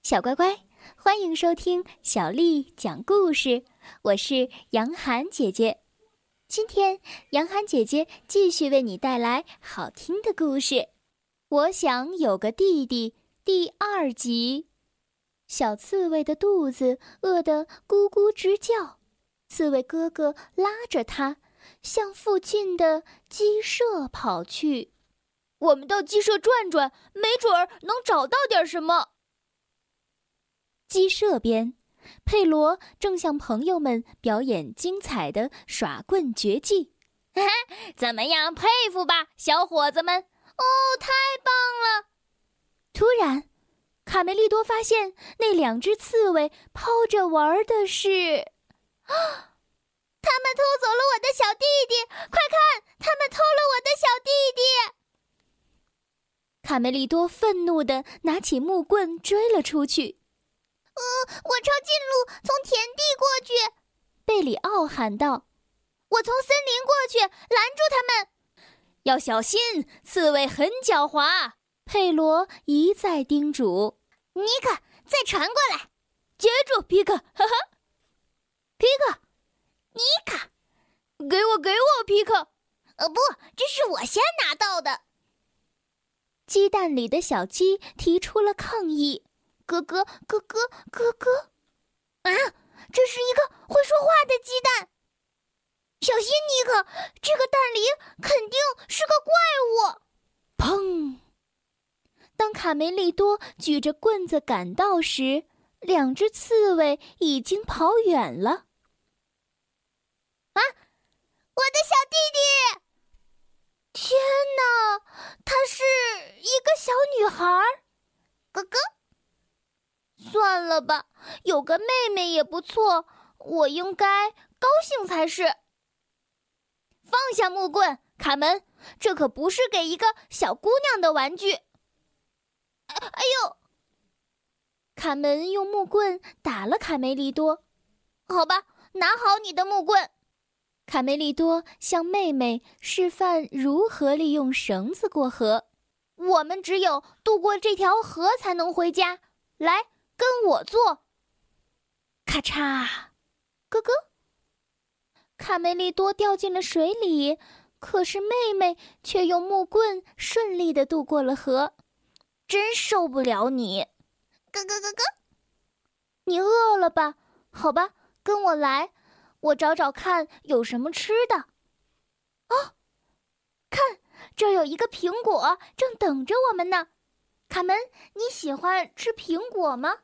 小乖乖，欢迎收听小丽讲故事，我是杨涵姐姐。今天杨涵姐姐继续为你带来好听的故事。我想有个弟弟第2集。小刺猬的肚子饿得咕咕直叫，刺猬哥哥拉着它向附近的鸡舍跑去。我们到鸡舍转转，没准儿能找到点什么。鸡舍边，佩罗正向朋友们表演精彩的耍棍绝技。怎么样，佩服吧，小伙子们！哦，太棒了！突然，卡梅利多发现那2只刺猬抛着玩的是……他们偷走了我的小弟弟！快看，他们偷了我的小弟弟！卡梅利多愤怒地拿起木棍追了出去。我抄近路，从田地过去。贝里奥喊道：“我从森林过去，拦住他们！要小心，刺猬很狡猾。”佩罗一再叮嘱。尼克，再传过来！接住，皮克！哈哈，皮克，尼克，给我，皮克！不，这是我先拿到的。鸡蛋里的小鸡提出了抗议。咯咯咯咯咯咯！啊，这是一个会说话的鸡蛋！小心，尼克，这个蛋里肯定是个怪物！砰！当卡梅利多举着棍子赶到时，2只刺猬已经跑远了。啊，我的小弟弟！天哪，她是一个小女孩！咯咯。算了吧，有个妹妹也不错，我应该高兴才是。放下木棍，卡门，这可不是给一个小姑娘的玩具。哎呦！卡门用木棍打了卡梅利多。好吧，拿好你的木棍。卡梅利多向妹妹示范如何利用绳子过河。我们只有渡过这条河才能回家。来，跟我做。咔嚓，咯咯，卡梅利多掉进了水里，可是妹妹却用木棍顺利地渡过了河。真受不了你！咯咯咯咯，你饿了吧？好吧，跟我来，我找找看有什么吃的。哦，看，这儿有一个苹果，正等着我们呢。卡门，你喜欢吃苹果吗？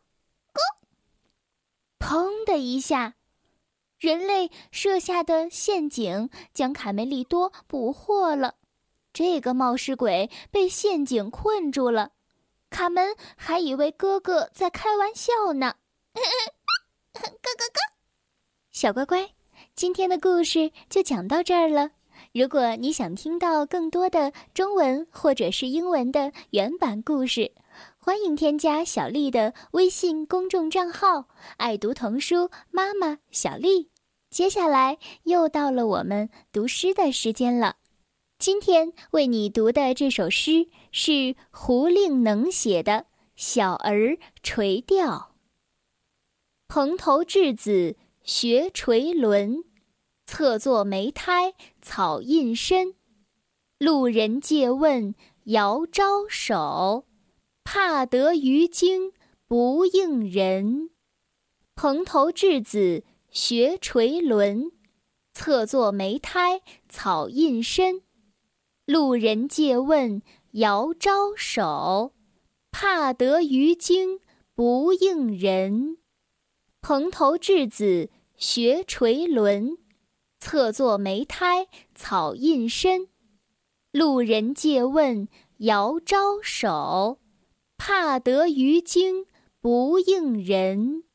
砰的一下，人类设下的陷阱将卡梅利多捕获了。这个冒失鬼被陷阱困住了，卡门还以为哥哥在开玩笑呢。咯咯咯！小乖乖，今天的故事就讲到这儿了。如果你想听到更多的中文或者是英文的原版故事，欢迎添加小丽的微信公众账号爱读童书妈妈小丽。接下来又到了我们读诗的时间了。今天为你读的这首诗是胡令能写的《小儿垂钓》。蓬头稚子学垂纶，侧坐莓苔草印深。路人借问遥招手，怕得鱼惊不应人。蓬头稚子学垂纶，侧坐莓苔草印深。路人借问遥招手，怕得鱼惊不应人。蓬头稚子学垂纶，侧坐莓苔草印深。路人借问遥招手，怕得鱼惊不应人。